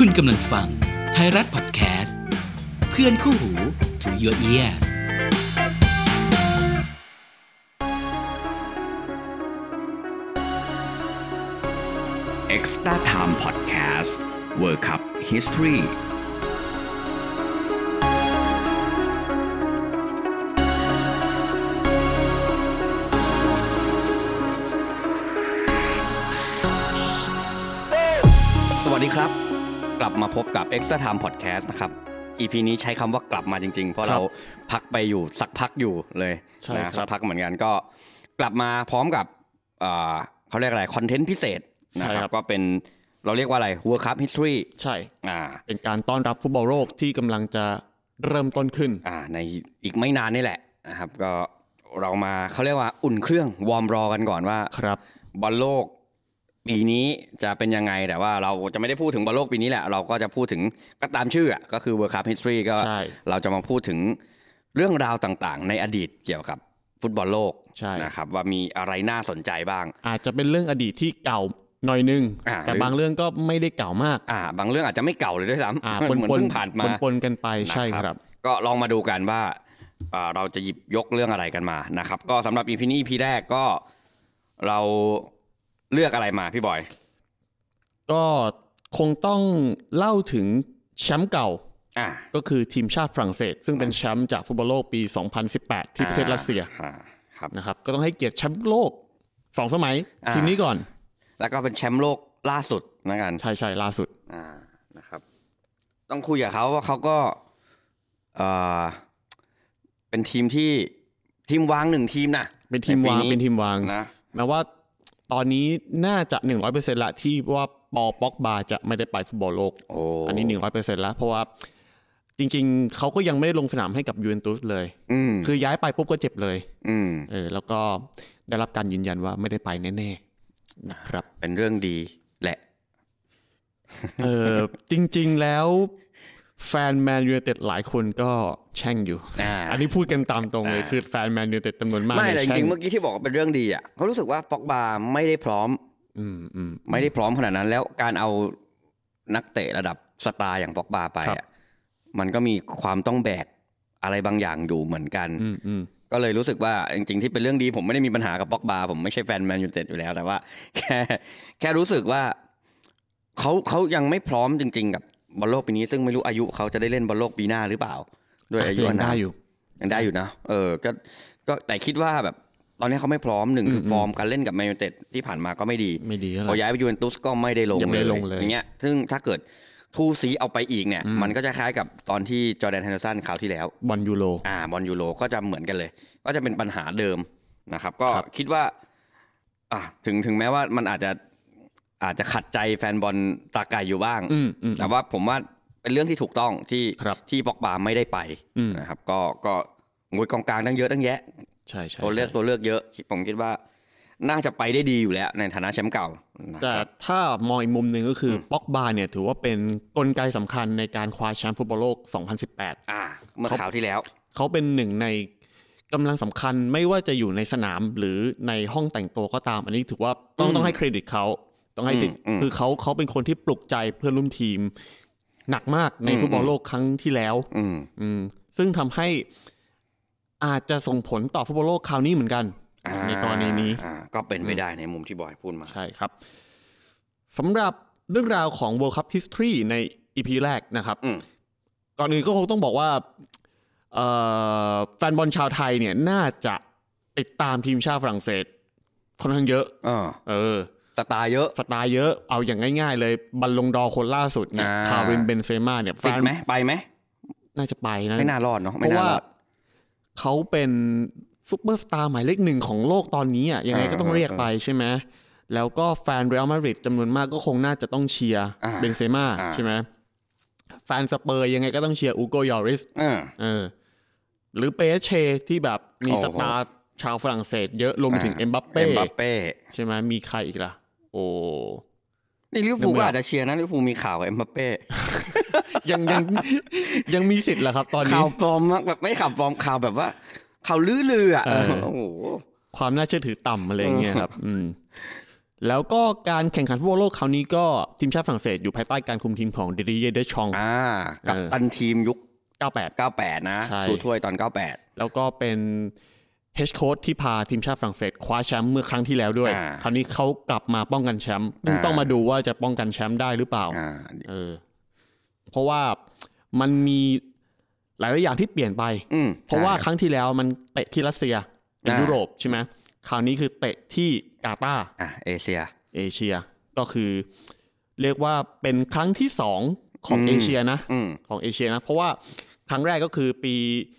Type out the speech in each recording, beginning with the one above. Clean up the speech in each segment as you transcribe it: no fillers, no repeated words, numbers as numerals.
คุณกำลังฟังไทยรัฐพอดแคสต์เพื่อนคู่หู to your ears Extra Time Podcast World Cup Historyสวัสดีครับกลับมาพบกับ Extra Time Podcast นะครับ EP นี้ใช้คำว่ากลับมาจริงๆเพราะเราพักไปอยู่สักพักอยู่เลยนะสักพักเหมือนกันก็กลับมาพร้อมกับเขาเรียกอะไรคอนเทนต์พิเศษนะครับก็เป็นเราเรียกว่าอะไร World Cup History ใช่เป็นการต้อนรับฟุตบอลโลกที่กำลังจะเริ่มต้นขึ้นในอีกไม่นานนี่แหละนะครับก็เรามาเขาเรียกว่าอุ่นเครื่องวอร์มรอกันก่อนว่าบอลโลกปีนี้จะเป็นยังไงแต่ว่าเราจะไม่ได้พูดถึงบอลโลกปีนี้แหละเราก็จะพูดถึงก็ตามชื่อก็คือ World Cup History ก็เราจะมาพูดถึงเรื่องราวต่างๆในอดีตเกี่ยวกับฟุตบอลโลกนะครับว่ามีอะไรน่าสนใจบ้างอาจจะเป็นเรื่องอดีตที่เก่าหน่อยนึงแต่บางเรื่องก็ไม่ได้เก่ามากบางเรื่องอาจจะไม่เก่าเลยด้วยซ้ำเหมือนเพิ่งผ่านมาปนกันไปใช่ครับก็ลองมาดูกันว่าเราจะหยิบยกเรื่องอะไรกันมานะครับก็สำหรับ EP นี้ EP แรกก็เราเลือกอะไรมาพี่บอยก็คงต้องเล่าถึงแชมป์เก่าก็คือทีมชาติฝรั่งเศสซึ่งเป็นแชมป์จากฟุตบอลโลกปี2018ที่ประเทศรัสเซียนะครับก็ต้องให้เกียรติแชมป์โลก2สมัยทีมนี้ก่อนแล้วก็เป็นแชมป์โลกล่าสุดนะกันใช่ๆล่าสุดนะครับต้องคุยกับเขาว่าเขาก็เป็นทีมที่ทีมวาง1ทีมนะเป็นทีมวางนะแม้ว่าตอนนี้น่าจะ 100% ละที่ว่าป็อกบาจะไม่ได้ไปฟุตบอลโลกอันนี้ 100% แล้วเพราะว่าจริงๆเขาก็ยังไม่ได้ลงสนามให้กับยูเวนตุสเลยคือย้ายไปปุ๊บก็เจ็บเลยแล้วก็ได้รับการยืนยันว่าไม่ได้ไปแน่ๆนะครับเป็นเรื่องดีแหละจริงๆแล้วแฟนแมนยูไนเต็ดหลายคนก็แช่งอยู่อันนี้พูดกันตามตรงเลยคือแฟนแมนยูไนเต็ดจำนวนมากไม่แต่จริงๆเมื่อกี้ที่บอกว่าเป็นเรื่องดีเขารู้สึกว่าป็อกบาไม่ได้พร้อมไม่ได้พร้อมขนาดนั้นแล้วการเอานักเตะระดับสตาร์อย่างป็อกบาไปมันก็มีความต้องแบกอะไรบางอย่างอยู่เหมือนกันก็เลยรู้สึกว่าจริงๆที่เป็นเรื่องดีผมไม่ได้มีปัญหากับป็อกบาผมไม่ใช่แฟนแมนยูไนเต็ดอยู่แล้วแต่ว่าแค่รู้สึกว่าเขายังไม่พร้อมจริงๆกับบอลโลกปีนี้ซึ่งไม่รู้อายุเขาจะได้เล่นบอลโลกปีหน้าหรือเปล่าด้วยอายุยังได้อยู่นะก็แต่คิดว่าแบบตอนนี้เขาไม่พร้อม1คือฟอร์มการเล่นกับแมนยูไนเต็ดที่ผ่านมาก็ไม่ดีพอย้ายไปยูเวนตุสก็ไม่ได้ลงเลยอย่างเงี้ยซึ่งถ้าเกิดทูซีเอาไปอีกเนี่ยมันก็จะคล้ายกับตอนที่จอร์แดน เฮนเดอร์สันคราวที่แล้วบอลยูโรก็จะเหมือนกันเลยก็จะเป็นปัญหาเดิมนะครับก็คิดว่าถึงแม้ว่ามันอาจจะขัดใจแฟนบอลตาไก่อยู่บ้างแต่ว่าผมว่าเป็นเรื่องที่ถูกต้องที่ป็อกบาไม่ได้ไปนะครับก็งวยกองกลางตั้งเยอะตั้งแยะใช่ตัวเลือกเยอะผมคิดว่าน่าจะไปได้ดีอยู่แล้วในฐานะแชมป์เก่าแต่ถ้ามองอีกมุมหนึ่งก็คือป็อกบาเนี่ยถือว่าเป็นกลไกสำคัญในการคว้าแชมป์ฟุตบอลโลก2018 เมื่อคราวที่แล้วเขาเป็นหนึ่งในกำลังสำคัญไม่ว่าจะอยู่ในสนามหรือในห้องแต่งตัวก็ตามอันนี้ถือว่าต้องให้เครดิตเขาต้องให้คือเขาเป็นคนที่ปลุกใจเพื่อนร่วมทีมหนักมากในฟุตบอลโลกครั้งที่แล้วซึ่งทำให้อาจจะส่งผลต่อฟุตบอลโลกคราวนี้เหมือนกันในกรณีนี้ก็เป็นไปได้ในมุมที่บอยพูดมาใช่ครับสำหรับเรื่องราวของ World Cup History ใน EP แรกนะครับก่อนอื่นก็คงต้องบอกว่าแฟนบอลชาวไทยเนี่ยน่าจะติดตามทีมชาติฝรั่งเศสค่อนข้างเยอะสตาร์เยอะเอาอย่างง่ายๆเลยบัลลงดอร์คนล่าสุดเนี่ยคาริมเบนเซม่าเนี่ยติดไหมไปไหมน่าจะไปนะไม่น่ารอดเนาะเพราะว่าเขาเป็นซุปเปอร์สตาร์หมายเลข1ของโลกตอนนี้ยังไงก็ต้องเรียกไปใช่ไหมแล้วก็แฟนเรอัลมาดริดจำนวนมากก็คงน่าจะต้องเชียร์เบนเซม่าใช่ไหมแฟนสเปอร์ยังไงก็ต้องเชียร์อูโกยอริสหรือเปเชที่แบบมีสตาร์ชาวฝรั่งเศสเยอะรวมไปถึงเอ็มบัปเป้ใช่ไหมมีใครอีกล่ะนี่ลิเวอร์พูลก็อาจจะเชียร์นะลิเวอร์พูลมีข่าวกับเอ็มบัปเป้ยังมีสิทธิ์เหรอครับตอนนี้ข่าวปลอมแบบไม่ข่าวปลอมข่าวแบบว่าข่าวลือโอ้โหความน่าเชื่อถือต่ำอะไรเงี้ยครับแล้วก็การแข่งขันฟุตบอลโลกคราวนี้ก็ทีมชาติฝรั่งเศสอยู่ภายใต้การคุมทีมของดิดิเยเดชองกับตันทีมยุค 98 นะชูถ้วยตอน98 แล้วก็เป็นเฮดโค้ชที่พาทีมชาติฝรั่งเศสคว้าแชมป์เมื่อครั้งที่แล้วด้วยคราวนี้เขากลับมาป้องกันแชมป์ต้องมาดูว่าจะป้องกันแชมป์ได้หรือเปล่าเพราะว่ามันมีหลายอย่างที่เปลี่ยนไปเพราะว่าครั้งที่แล้วมันเตะที่รัสเซียในยุโรปใช่ไหมคราวนี้คือเตะที่กาตาร์เอเชียก็คือเรียกว่าเป็นครั้งที่2ของเอเชียนะของเอเชียนะเพราะว่าครั้งแรกก็คือปี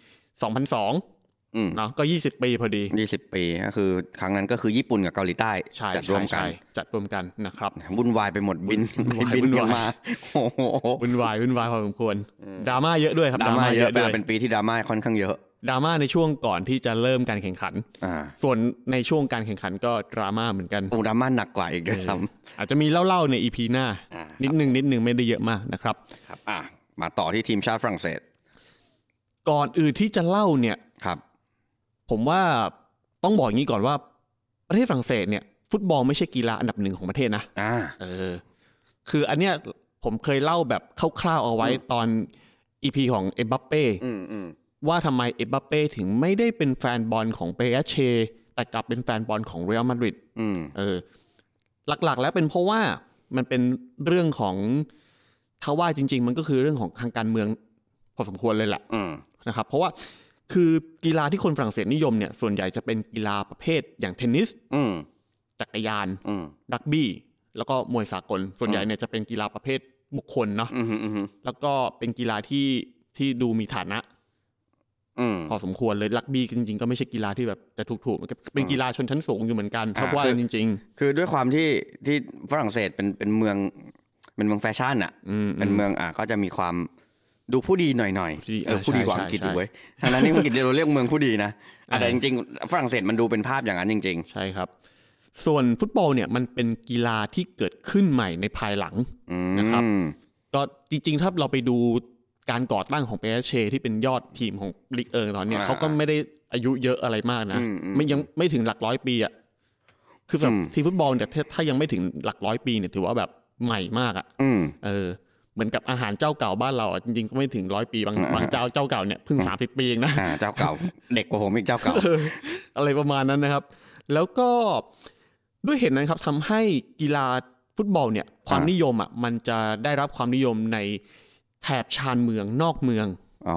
2002เนาะก็20ปีพอดี 20ปีก็คือครั้งนั้นก็คือญี่ปุ่นกับเกาหลีใต้จัดรวมกันนะครับวุ่นวายไปหมดบินกันมาโอ้โหวุ่นวายพอสมควรดราม่าเยอะด้วยครับดราม่าเยอะด้วยเป็นปีที่ดราม่าค่อนข้างเยอะดราม่าในช่วงก่อนที่จะเริ่มการแข่งขันส่วนในช่วงการแข่งขันก็ดราม่าเหมือนกันดราม่าหนักกว่าอีกด้วยซ้ำอาจจะมีเล่าใน EP หน้านิดนึงไม่ได้เยอะมากนะครับมาต่อที่ทีมชาติฝรั่งเศสก่อนอื่นที่จะเล่าเนี่ยครับผมว่าต้องบอกอย่างนี้ก่อนว่าประเทศฝรั่งเศสเนี่ยฟุตบอลไม่ใช่กีฬาอันดับ1ของประเทศนะคืออันเนี้ยผมเคยเล่าแบบคร่าวๆเอาไว้ตอน EP ของเอ็มบัปเป้ว่าทำไมเอ็มบัปเป้ถึงไม่ได้เป็นแฟนบอลของเปเอสเชแต่กลับเป็นแฟนบอลของเรอัลมาดริดหลักๆแล้วเป็นเพราะว่ามันเป็นเรื่องของถ้าว่าจริงๆมันก็คือเรื่องของทางการเมืองพอสมควรเลยแหละนะครับเพราะว่าคือกีฬาที่คนฝรั่งเศสนิยมเนี่ยส่วนใหญ่จะเป็นกีฬาประเภทอย่างเทนนิสจักรยานรักบี้แล้วก็มวยสากลส่วนใหญ่เนี่ยจะเป็นกีฬาประเภทบุคคลเนาะแล้วก็เป็นกีฬาที่ดูมีฐานะพอสมควรเลยรักบี้จริงๆก็ไม่ใช่กีฬาที่แบบจะถูกๆเป็นกีฬาชนชั้นสูงอยู่เหมือนกันถ้าว่าจริงๆคือด้วยความที่ฝรั่งเศสเป็นเมืองแฟชั่นอ่ะเป็นเมืองก็จะมีความดูผู้ดีหน่อยๆผู้ดีกว่าอังกฤษอยู่เว้ยทางนั้นนี่อังกฤษเราเรียกเมืองผู้ดีนะแต่จริงๆฝรั่งเศสมันดูเป็นภาพอย่างนั้นจริงๆใช่ครับส่วนฟุตบอลเนี่ยมันเป็นกีฬาที่เกิดขึ้นใหม่ในภายหลังนะครับก็จริงๆถ้าเราไปดูการก่อตั้งของ PSG ที่เป็นยอดทีมของลีกตอนนี้เขาก็ไม่ได้อายุเยอะอะไรมากนะยังไม่ถึงหลักร้อยปีอ่ะคือแบบทีมฟุตบอลแต่ถ้ายังไม่ถึงหลักร้อยปีเนี่ยถือว่าแบบใหม่มากอ่ะเหมือนกับอาหารเจ้าเก่าบ้านเราจริงๆก็ไม่ถึง100ปีบางเจ้าเก่าเนี่ยเพิ่ง30ปีเองนะเจ้าเก่าเด็กกว่าผมอีกเจ้าเก่าอะไรประมาณนั้นนะครับแล้วก็ด้วยเหตุนั้นครับทำให้กีฬาฟุตบอลเนี่ยความนิยมมันจะได้รับความนิยมในแถบชานเมืองนอกเมือง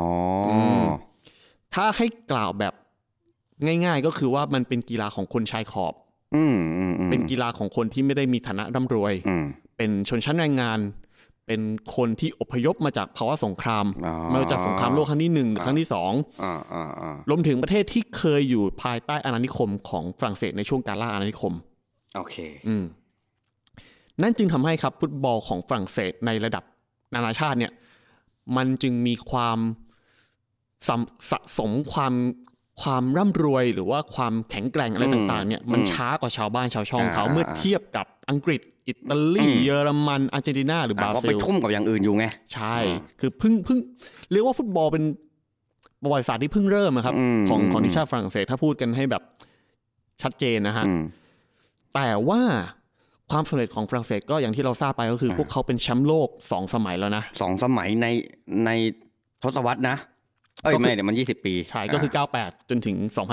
ถ้าให้กล่าวแบบง่ายๆก็คือว่ามันเป็นกีฬาของคนชายขอบเป็นกีฬาของคนที่ไม่ได้มีฐานะร่ำรวยเป็นชนชั้นแรงงานเป็นคนที่อพยพมาจากภาวะสงครามมาจากสงครามโลกครั้งที่1หรือครั้งที่2รวมถึงประเทศที่เคยอยู่ภายใต้อาณานิคมของฝรั่งเศสในช่วงการล่าอาณานิคมโอเคนั่นจึงทำให้ครับฟุตบอลของฝรั่งเศสในระดับนานาชาติเนี่ยมันจึงมีความสะสมความร่ำรวยหรือว่าความแข็งแกร่งอะไรต่างๆเนี่ยมันช้ากว่าชาวบ้านชาวช่องเขาเมื่อเทียบกับอังกฤษอิตาลีเยอรมันอาร์เจนตินาหรือบราซิลไปทุ่มกับอย่างอื่นอยู่ไงใช่คือเพิ่งเรียกว่าฟุตบอลเป็นประวัติศาสตร์ที่เพิ่งเริ่มครับของทีมชาติฝรั่งเศสถ้าพูดกันให้แบบชัดเจนนะฮะแต่ว่าความสำเร็จของฝรั่งเศสก็อย่างที่เราทราบไปก็คือพวกเขาเป็นแชมป์โลก2สมัยแล้วนะ 2สมัยในทศวรรษนะไม่เดี๋ยวมัน20ปีใช่ก็คือ98จนถึง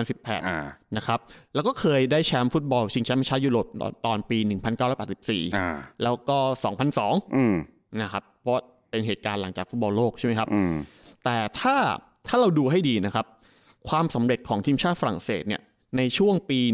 2018นะครับแล้วก็เคยได้แชมป์ฟุตบอลชิงแชมป์ชาติยุโรปตอนปี1984แล้วก็2002นะครับเพราะเป็นเหตุการณ์หลังจากฟุตบอลโลกใช่ไหมครับแต่ถ้าเราดูให้ดีนะครับความสำเร็จของทีมชาติฝรั่งเศสเนี่ยในช่วงปี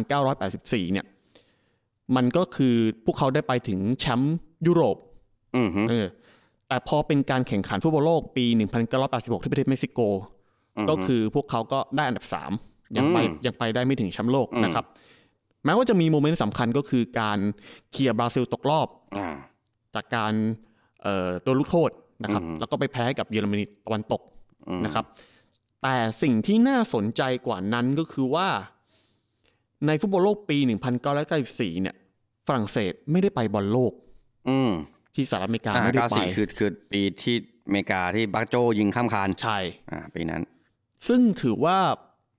1984เนี่ยมันก็คือพวกเขาได้ไปถึงแชมป์ยุโรปแต่พอเป็นการแข่งขันฟุตบอลโลกปี1986ที่ประเทศเม็กซิโกก็คือพวกเขาก็ได้อันดับ3ยังไปได้ไม่ถึงแชมป์โลกนะครับแม้ว่าจะมีโมเมนต์สำคัญก็คือการเคลียร์บราซิลตกรอบจากการโดนลูกโทษนะครับแล้วก็ไปแพ้กับเยอรมนีตะวันตกนะครับแต่สิ่งที่น่าสนใจกว่านั้นก็คือว่าในฟุตบอลโลกปี1994เนี่ยฝรั่งเศสไม่ได้ไปบอลโลกที่สหรัฐอเมริกาไม่ได้ไปคือปีที่อเมริกาที่บักโจยิงข้ามคานใช่ปีนั้นซึ่งถือว่า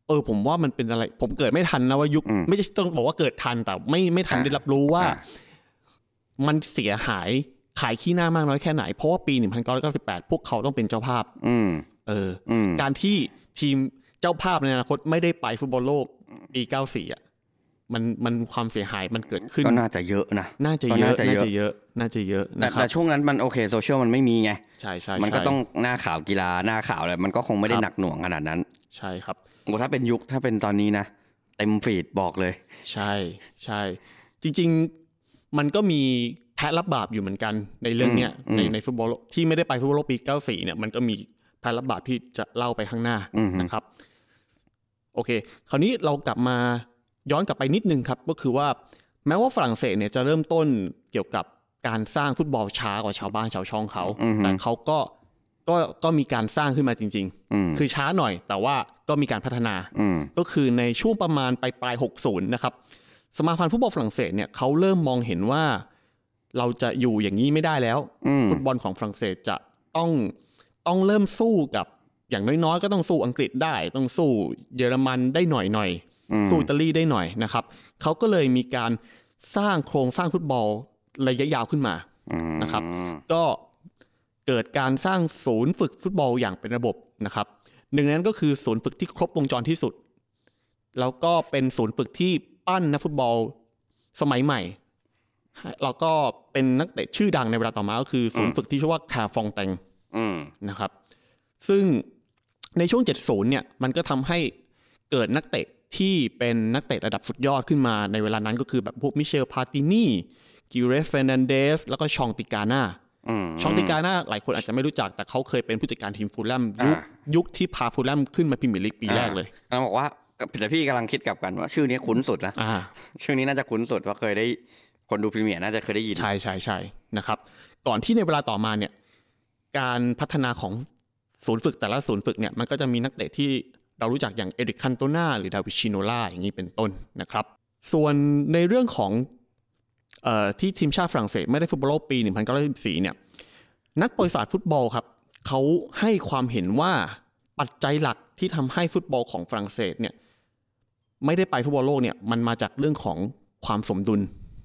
ผมว่ามันเป็นอะไรผมเกิดไม่ทันนะว่ายุคไม่ใช่ต้องบอกว่าเกิดทันแต่ไม่ทันได้รับรู้ว่ามันเสียหายขายขี้หน้ามากน้อยแค่ไหนเพราะว่าปี1998พวกเขาต้องเป็นเจ้าภาพการที่ทีมเจ้าภาพในอนาคตไม่ได้ไปฟุตบอลโลกปี94มันความเสียหายมันเกิดขึ้นก็น่าจะเยอะนะน่าจะเยอะนะครับแต่ช่วงนั้นมันโอเคโซเชียลมันไม่มีไงใช่มันก็ต้องหน้าข่าวกีฬาหน้าข่าวอะไรมันก็คงไม่ได้หนักหน่วงขนาดนั้นใช่ครับถ้าเป็นตอนนี้นะเต็มฟีดบอกเลยใช่จริงๆมันก็มีแพ้รับบาปอยู่เหมือนกันในเรื่องเนี้ยในฟุตบอลที่ไม่ได้ไปฟุตบอลโลกปี94เนี่ยมันก็มีแพ้รับบาปที่จะเล่าไปข้างหน้านะครับโอเคคราวนี้เรากลับมาย้อนกลับไปนิดนึงครับก็คือว่าแม้ว่าฝรั่งเศสเนี่ยจะเริ่มต้นเกี่ยวกับการสร้างฟุตบอลช้ากว่าชาวบ้านชาวช่องเขาแต่เขาก็มีการสร้างขึ้นมาจริงๆคือช้าหน่อยแต่ว่าก็มีการพัฒนาก็คือในช่วงประมาณปลาย60นะครับสมาพันธ์ฟุตบอลฝรั่งเศสเนี่ยเขาเริ่มมองเห็นว่าเราจะอยู่อย่างนี้ไม่ได้แล้วฟุตบอลของฝรั่งเศสจะต้องเริ่มสู้กับอย่างน้อยๆก็ต้องสู้อังกฤษได้ต้องสู้เยอรมันได้หน่อยสู้อิตาลีได้หน่อยนะครับเขาก็เลยมีการสร้างโครงสร้างฟุตบอลระยะยาวขึ้นมานะครับก็เกิดการสร้างศูนย์ฝึกฟุตบอลอย่างเป็นระบบนะครับหนึ่งในนั้นก็คือศูนย์ฝึกที่ครบวงจรที่สุดแล้วก็เป็นศูนย์ฝึกที่ปั้นนักฟุตบอลสมัยใหม่แล้วก็เป็นนักเตะชื่อดังในเวลาต่อมาก็คือศูนย์ฝึกที่ชื่อว่าคาฟองแตงนะครับซึ่งในช่วง70เนี่ยมันก็ทำให้เกิดนักเตะที่เป็นนักเตะระดับสุดยอดขึ้นมาในเวลานั้นก็คือแบบพวกมิเชลพาตินีกิเรฟเฟร์นันเดสแล้วก็ชองติกาน่าชองติกาน่าหลายคนอาจจะไม่รู้จักแต่เขาเคยเป็นผู้จัดการทีมฟูลแลมยุคที่พาฟูลแลมขึ้นมาพรีเมียร์ลีกปีแรกเลยเราบอกว่าแต่พี่กำลังคิดกลับกันว่าชื่อนี้คุ้นสุดนะชื่อนี้น่าจะคุ้นสุดเพราะเคยได้คนดูพรีเมียร์น่าจะเคยได้ยินใช่นะครับก่อนที่ในเวลาต่อมาเนี่ยการพัฒนาของศูนย์ฝึกแต่ละศูนย์ฝึกเนี่ยมันก็จะมีนักเตะที่เรารู้จักอย่างเอริกคันโตนาหรือดาวิดชิโนล่าอย่างนี้เป็นต้นนะครับส่วนในเรื่องของที่ทีมชาติฝรั่งเศสไม่ได้ฟุตบอลโลกปี1994เนี่ยนักประวัติศาสตร์ฟุตบอลครับเขาให้ความเห็นว่าปัจจัยหลักที่ทำให้ฟุตบอลของฝรั่งเศสเนี่ยไม่ได้ไปฟุตบอลโลกเนี่ยมันมาจากเรื่องของความสมดุล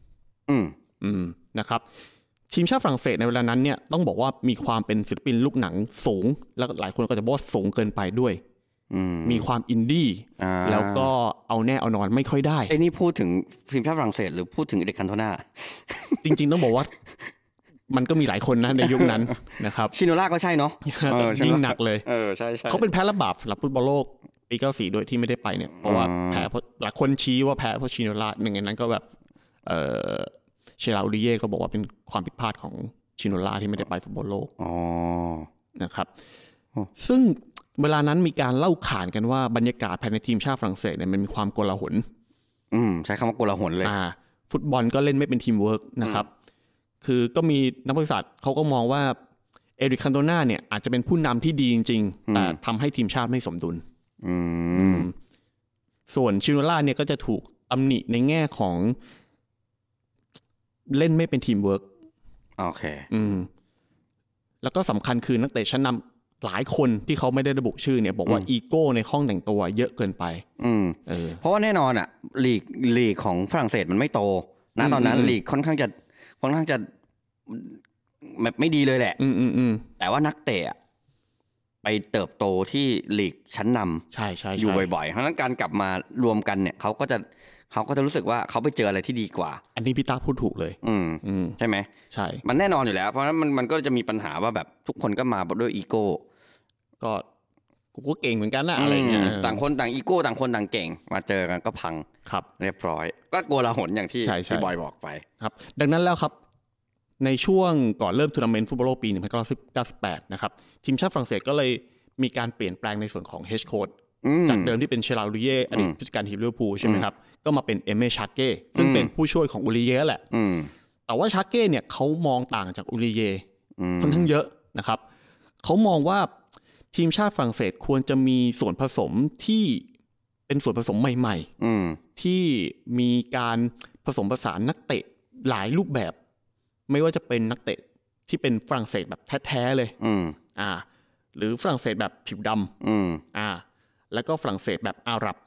นะครับทีมชาติฝรั่งเศสในเวลานั้นเนี่ยต้องบอกว่ามีความเป็นศิลปินลูกหนังสูงแล้วหลายคนก็จะบอกว่าสูงเกินไปด้วยมีความอินดี้แล้วก็เอาแน่เอานอนไม่ค่อยได้ไอ้นี่พูดถึงทีมชาติฝรั่งเศสหรือพูดถึงเอริกคันโตนาจริงๆต้องบอกว่ามันก็มีหลายคนนะในยุคนั้นนะครับชิโนล่าก็ใช่เนาะยิ่งหนักเลยใช่เขาเป็นแพ้รับบาปสำหรับฟุตบอลโลกปี94โดยที่ไม่ได้ไปเนี่ยเพราะว่าแพ้เพราะหลายคนชี้ว่าแพ้เพราะชิโนล่าหนึ่งในนั้นก็แบบเชลาอูริเย่ก็บอกว่าเป็นความผิดพลาดของชิโนล่าที่ไม่ได้ไปฟุตบอลโลกนะครับซึ่งเวลานั้นมีการเล่าขานกันว่าบรรยากาศภายในทีมชาติฝรั่งเศสเนี่ยมันมีความโกลาหลใช้คำว่าโกลาหลเลยฟุตบอลก็เล่นไม่เป็นทีมเวิร์กนะครับคือก็มีนักบริษัทเขาก็มองว่าเอริกคันโตนาเนี่ยอาจจะเป็นผู้นำที่ดีจริงๆแต่ทำให้ทีมชาติไม่สมดุลส่วนชิโนล่าเนี่ยก็จะถูกตำหนิในแง่ของเล่นไม่เป็นทีมเวิร์กโอเคแล้วก็สำคัญคือนักเตะชั้นนำหลายคนที่เขาไม่ได้ระบุชื่อเนี่ยบอกว่าอีโก้ในห้องแต่งตัวเยอะเกินไปเพราะว่าแน่นอนอ่ะลีกของฝรั่งเศสมันไม่โตนะตอนนั้นลีกค่อนข้างจะแบบไม่ดีเลยแหละแต่ว่านักเตะไปเติบโตที่ลีกชั้นนำใช่อยู่บ่อยๆเพราะฉะนั้นการกลับมารวมกันเนี่ยเขาก็จะรู้สึกว่าเขาไปเจออะไรที่ดีกว่าอันนี้พี่ตาพูดถูกเลยใช่ไหมใช่มันแน่นอนอยู่แล้วเพราะฉะนั้นมันก็จะมีปัญหาว่าแบบทุกคนก็มาด้วยอีโก้ก็กูก็เก่งเหมือนกันนะอะไรเงี้ยต่างคนต่างอีโก้ต่างคนต่างเก่งมาเจอกันก็พังครับเรียบร้อยก็โกลาหลอย่างที่บอยบอกไปครับดังนั้นแล้วครับในช่วงก่อนเริ่มทัวร์นาเมนต์ฟุตบอลโลกปี1998นะครับทีมชาติฝรั่งเศสก็เลยมีการเปลี่ยนแปลงในส่วนของเฮดโค้ชจากเดิมที่เป็นเชลาอูริเย่อดีตผู้จัดการทีมลิเวอร์พูลใช่ไหมครับก็มาเป็นเอเมชาเก้ซึ่งเป็นผู้ช่วยของอูริเย่แหละแต่ว่าชาเก้เนี่ยเขามองต่างจากอูริเย่ค่อนข้างเยอะนะครับเขามองว่าทีมชาติฝรั่งเศสควรจะมีส่วนผสมที่เป็นส่วนผสมใหม่ๆที่มีการผสมผสานนักเตะหลายรูปแบบไม่ว่าจะเป็นนักเตะที่เป็นฝรั่งเศสแบบแท้ๆเลยหรือฝรั่งเศสแบบผิวดำแล้วก็ฝรั่งเศสแบบอาหรับ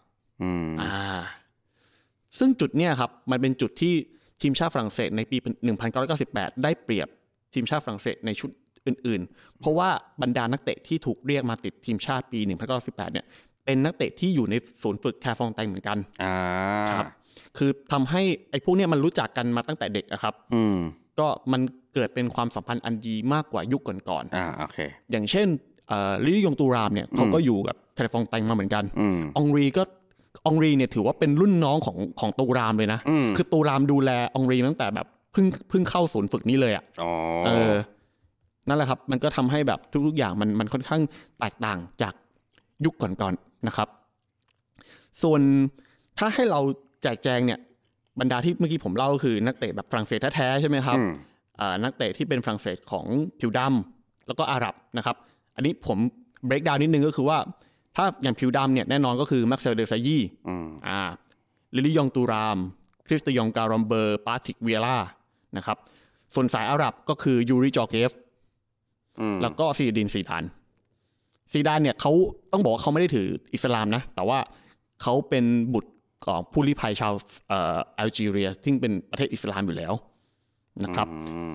ซึ่งจุดเนี้ยครับมันเป็นจุดที่ทีมชาติฝรั่งเศสในปี 1998 ได้เปรียบทีมชาติฝรั่งเศสในชุดอื่นๆเพราะว่าบรรดานักเตะที่ถูกเรียกมาติดทีมชาติปี 1998 เนี่ยเป็นนักเตะที่อยู่ในศูนย์ฝึกแคฟองแตงเหมือนกันครับคือทำให้ไอ้พวกเนี้ยมันรู้จักกันมาตั้งแต่เด็กอะครับก็มันเกิดเป็นความสัมพันธ์อันดีมากกว่ายุคก่อนๆโอเคอย่างเช่นลิลี่ยงตูรามเนี่ยเขาก็อยู่กับแคฟองแตงมาเหมือนกันองรีเนี่ยถือว่าเป็นรุ่นน้องของตูรามเลยนะคือตูรามดูแลองรีตั้งแต่แบบเพิ่งเข้าศูนย์ฝึกนี้เลยอ่ะนั่นแหละครับมันก็ทำให้แบบทุกๆอย่างมันค่อนข้างแตกต่างจากยุคก่อนๆนะครับส่วนถ้าให้เราแจกแจงเนี่ยบรรดาที่เมื่อกี้ผมเล่าก็คือนักเตะแบบฝรั่งเศสแท้ๆใช่ไหมครับนักเตะที่เป็นฝรั่งเศสของผิวดำแล้วก็อาหรับนะครับอันนี้ผม break down นิดนึงก็คือว่าถ้าอย่างผิวดำเนี่ยแน่นอนก็คือแม็กเซลเดซายีลิลี่ยองตูรามคริสตยองการอมเบอร์ปาทริกเวียร่านะครับส่วนสายอาหรับก็คือยูริจอร์เกฟแล้วก็ซีดินซีดานเนี่ยเขาต้องบอกว่าเขาไม่ได้ถืออิสลามนะแต่ว่าเขาเป็นบุตรของผู้ลี้ภัยชาวแอลจีเรียที่เป็นประเทศอิสลามอยู่แล้วนะครับ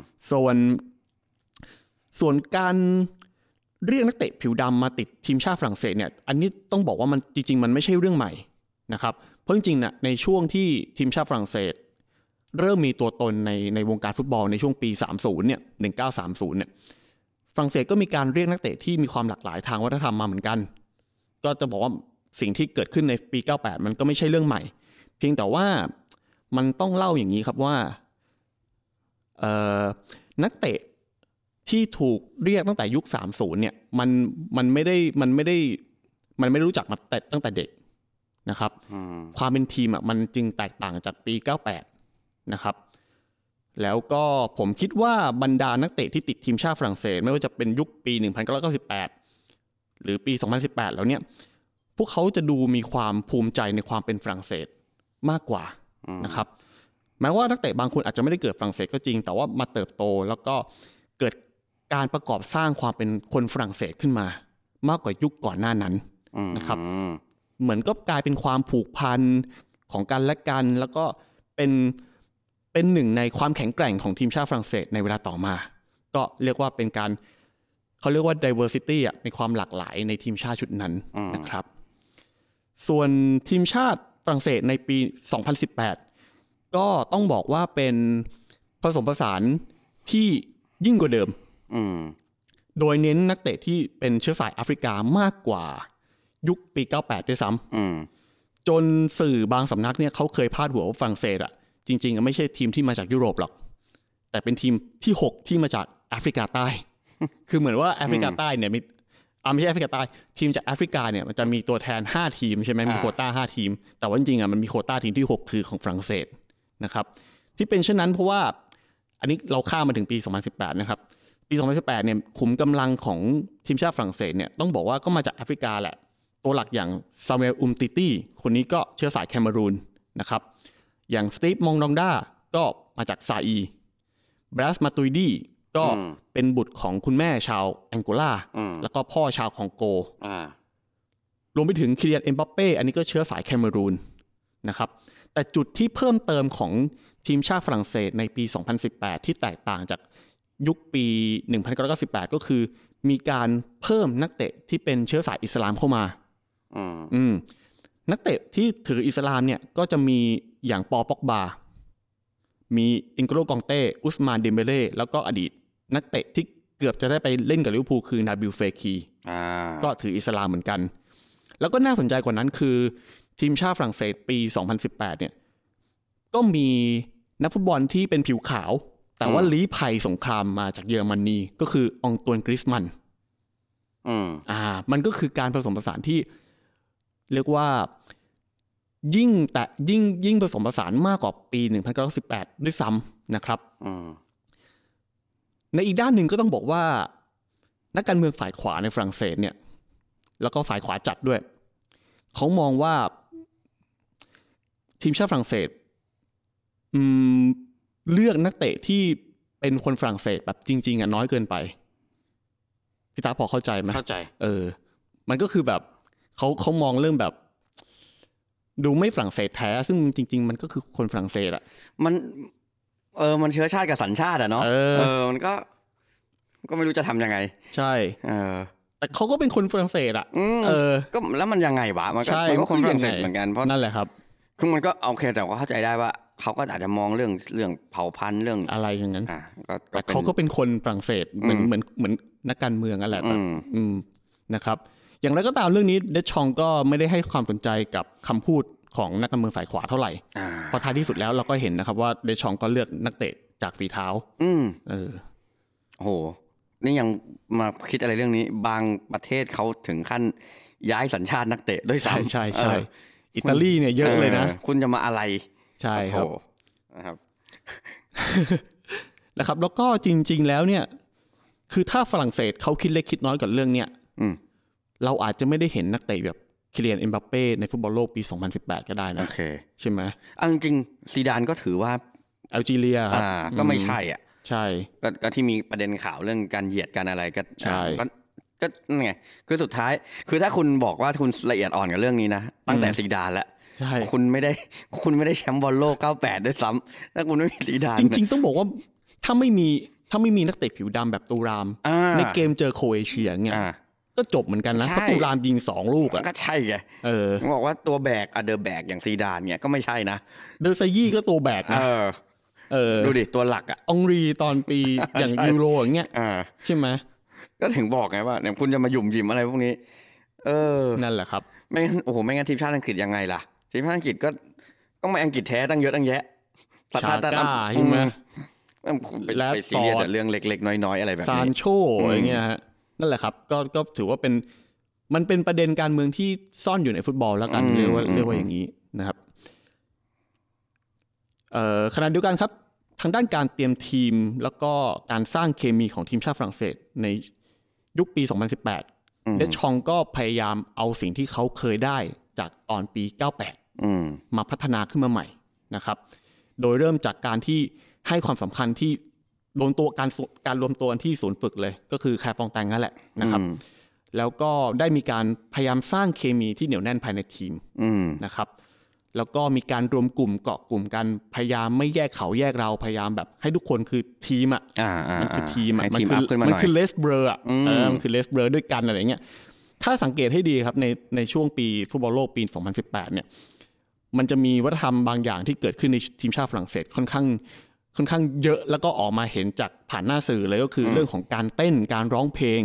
ส่วนการเรียกนักเตะผิวดำมาติดทีมชาติฝรั่งเศสเนี่ยอันนี้ต้องบอกว่ามันจริงๆมันไม่ใช่เรื่องใหม่นะครับเพราะจริงๆนะในช่วงที่ทีมชาติฝรั่งเศสเริ่มมีตัวตนในวงการฟุตบอลในช่วงปี30เนี่ย1930เนี่ยฝรั่งเศสก็มีการเรียกนักเตะที่มีความหลากหลายทางวัฒนธรรมมาเหมือนกันก็จะบอกว่าสิ่งที่เกิดขึ้นในปี98มันก็ไม่ใช่เรื่องใหม่เพียงแต่ว่ามันต้องเล่าอย่างนี้ครับว่านักเตะที่ถูกเรียกตั้งแต่ยุค30เนี่ยมันไม่ได้รู้จักมาตั้งแต่เด็กนะครับความเป็นทีมอ่ะมันจึงแตกต่างจากปี98นะครับแล้วก็ผมคิดว่าบรรดานักเตะที่ติดทีมชาติฝรั่งเศสไม่ว่าจะเป็นยุคปี1998หรือปี2018แล้วเนี่ยพวกเขาจะดูมีความภูมิใจในความเป็นฝรั่งเศสมากกว่านะครับแม้ว่านักเตะบางคนอาจจะไม่ได้เกิดฝรั่งเศสก็จริงแต่ว่ามาเติบโตแล้วก็เกิดการประกอบสร้างความเป็นคนฝรั่งเศสขึ้นมามากกว่ายุคก่อนหน้านั้นนะครับเหมือนก็กลายเป็นความผูกพันของกันและกันแล้วก็เป็นหนึ่งในความแข็งแกร่งของทีมชาติฝรั่งเศสในเวลาต่อมาก็เรียกว่าเป็นการเขาเรียกว่า diversity อ่ะในความหลากหลายในทีมชาติชุดนั้นนะครับส่วนทีมชาติฝรั่งเศสในปี2018ก็ต้องบอกว่าเป็นผสมผสานที่ยิ่งกว่าเดิมโดยเน้นนักเตะที่เป็นเชื้อสายแอฟริกามากกว่ายุคปี98ด้วยซ้ำจนสื่อบางสำนักเนี่ยเขาเคยพาดหัวว่าฝรั่งเศสอ่ะจริงๆไม่ใช่ทีมที่มาจากยุโรปหรอกแต่เป็นทีมที่6ที่มาจากแอฟริกาใต้ คือเหมือนว่าแอฟริกาใต้เนี่ยไม่ใช่แอฟริกาใต้ทีมจากแอฟริกาเนี่ยมันจะมีตัวแทน5ทีมใช่ไหมมีโควต้า5ทีมแต่ว่าจริงๆอ่ะมันมีโควต้าทีมที่6คือของฝรั่งเศสนะครับที่เป็นเช่นนั้นเพราะว่าอันนี้เราข้ามมาถึงปี2018นะครับปี2018เนี่ยขุมกำลังของทีมชาติฝรั่งเศสเนี่ยต้องบอกว่าก็มาจากแอฟริกาแหละตัวหลักอย่างซามูเอลอุมติตี้คนนี้ก็เชื้อสายแคเมรูนนะครับอย่างสตีฟมองดองด้าก็มาจากซาอีบรัสมาตุยดีก็เป็นบุตรของคุณแม่ชาวแองโกลาแล้วก็พ่อชาวคองโกรวมไปถึงคิเลียน เอ็มบัปเป้อันนี้ก็เชื้อสายแคเมรูนนะครับแต่จุดที่เพิ่มเติมของทีมชาติฝรั่งเศสในปี2018ที่แตกต่างจากยุคปี1998ก็คือมีการเพิ่มนักเตะที่เป็นเชื้อสายอิสลามเข้ามานักเตะที่ถืออิสลามเนี่ยก็จะมีอย่างปอป็อกบามีอิงโกโลกองเต้อุสมานเดมเบเล่แล้วก็อดีตนักเตะที่เกือบจะได้ไปเล่นกับลิเวอร์พูลคือนาบิลเฟคีก็ถืออิสลามเหมือนกันแล้วก็น่าสนใจกว่านั้นคือทีมชาติฝรั่งเศสปี2018เนี่ยก็มีนักฟุตบอลที่เป็นผิวขาวแต่ว่าลี้ภัยสงครามมาจากเยอรมนีก็คือองตวนกริซมันมันก็คือการผสมผสานที่เรียกว่ายิ่งผสมผสานมากกว่าปี1918ด้วยซ้ำนะครับในอีกด้านหนึ่งก็ต้องบอกว่านักการเมืองฝ่ายขวาในฝรั่งเศสเนี่ยแล้วก็ฝ่ายขวาจัดด้วยเขามองว่าทีมชาติฝรั่งเศสเลือกนักเตะที่เป็นคนฝรั่งเศสแบบจริงๆน้อยเกินไปพี่ตาพอเข้าใจไหมเข้าใจมันก็คือแบบเขามองเรื่องแบบดูไม่ฝรั่งเศสแท้ซึ่งจริงๆมันก็คือคนฝรั่งเศสอะมันเชื้อชาติกับสัญชาติอะเนาะมันก็ไม่รู้จะทำยังไงใช่แต่เขาก็เป็นคนฝรั่งเศสอะก็แล้วมันยังไงวะมันก็คนฝรั่งเศสเหมือนกันเพราะนั่นแหละครับคือมันก็โอเคแต่ก็เข้าใจได้ว่าเขาก็อาจจะมองเรื่องเผ่าพันธุ์เรื่องอะไรอย่างนั้นแต่เขาก็เป็นคนฝรั่งเศสเหมือนนักการเมืองนั่นแหละนะครับอย่างไรก็ตามเรื่องนี้เดชองก็ไม่ได้ให้ความสนใจกับคำพูดของนักการเมืองฝ่ายขวาเท่าไหร่พอท้ายที่สุดแล้วเราก็เห็นนะครับว่าเดชองก็เลือกนักเตะจากฝีเท้าโอ้โหนี่ยังมาคิดอะไรเรื่องนี้บางประเทศเขาถึงขั้นย้ายสัญชาตินักเตะด้วยซ้ำใช่อิตาลีเนี่ยเยอะเลยนะคุณจะมาอะไรใช่ครับนะครับแล้วก็จริงๆแล้วเนี่ยคือถ้าฝรั่งเศสเขาคิดเล็กคิดน้อยกับเรื่องเนี้ยเราอาจจะไม่ได้เห็นนักเตะแบบคิเลียนเอ็มบัปเป้ในฟุตบอลโลกปี2018ก็ได้นะใช่ไหมจริงๆซีดานก็ถือว่าแอลจีเรียครับก็ไม่ใช่อ่ะใช่ก็ที่มีประเด็นข่าวเรื่องการเหยียดกันอะไรก็ใช่ก็ไงคือสุดท้ายคือถ้าคุณบอกว่าคุณละเอียดอ่อนกับเรื่องนี้นะตั้งแต่ซีดานแล้วคุณไม่ได้แชมป์บอลโลก98ด้วยซ้ำถ้าคุณไม่มีซีดานจริงๆต้องบอกว่าถ้าไม่มีนักเตะผิวดำแบบตูรามในเกมเจอโครเอเชียเนี่ยก็จบเหมือนกันนะเพราะตูรามยิง2ลูกอ่ะก็ใช่ไงบอกว่าตัวแบกเดอแบกอย่างซีดานเนี่ยก็ไม่ใช่นะเดอซายี่ก็ตัวแบกนะดูดิตัวหลักอ่ะองรีตอนปีอย่างยูโรอย่างเงี้ยใช่ไหมก็ถึงบอกไงว่าเนี่ยคุณจะมาหยุ่มหยิมอะไรพวกนี้นั่นแหละครับไม่งั้นโอ้โหไม่งั้นทีมชาติอังกฤษยังไงล่ะทีมชาติอังกฤษก็ต้องมาอังกฤษแท้ตั้งเยอะตั้งแยะชาก้าใช่ไหมไปซีเรียสแต่เรื่องเล็กๆน้อยๆอะไรแบบนี้ซานโชอะไรเงี้ยฮะนั่นแหละครับก็ถือว่ามันเป็นประเด็นการเมืองที่ซ่อนอยู่ในฟุตบอลแล้วกันเรียกว่าอย่างนี้นะครับขณะเดียวกันครับทางด้านการเตรียมทีมแล้วก็การสร้างเคมีของทีมชาติฝรั่งเศสในยุคปี2018เดชองก็พยายามเอาสิ่งที่เขาเคยได้จากตอนปี98มาพัฒนาขึ้นมาใหม่นะครับโดยเริ่มจากการที่ให้ความสำคัญที่การรวมตัวที่ศูนย์ฝึกเลยก็คือแคร์ฟองแตงนั่นแหละนะครับแล้วก็ได้มีการพยายามสร้างเคมีที่เหนียวแน่นภายในทีมนะครับแล้วก็มีการรวมกลุ่มเกาะกลุ่มกันพยายามไม่แยกเขาแยกเราพยายามแบบให้ทุกคนคือทีมมันคือทีมมันคือเลสเบอร์มันคือเลสเบอร์ด้วยกันอะไรเงี้ยถ้าสังเกตให้ดีครับในช่วงปีฟุตบอลโลกปี2018เนี่ยมันจะมีวัฒนธรรมบางอย่างที่เกิดขึ้นในทีมชาติฝรั่งเศสค่อนข้างเยอะแล้วก็ออกมาเห็นจากผ่านหน้าสื่อเลยก็คือเรื่องของการเต้นการร้องเพลง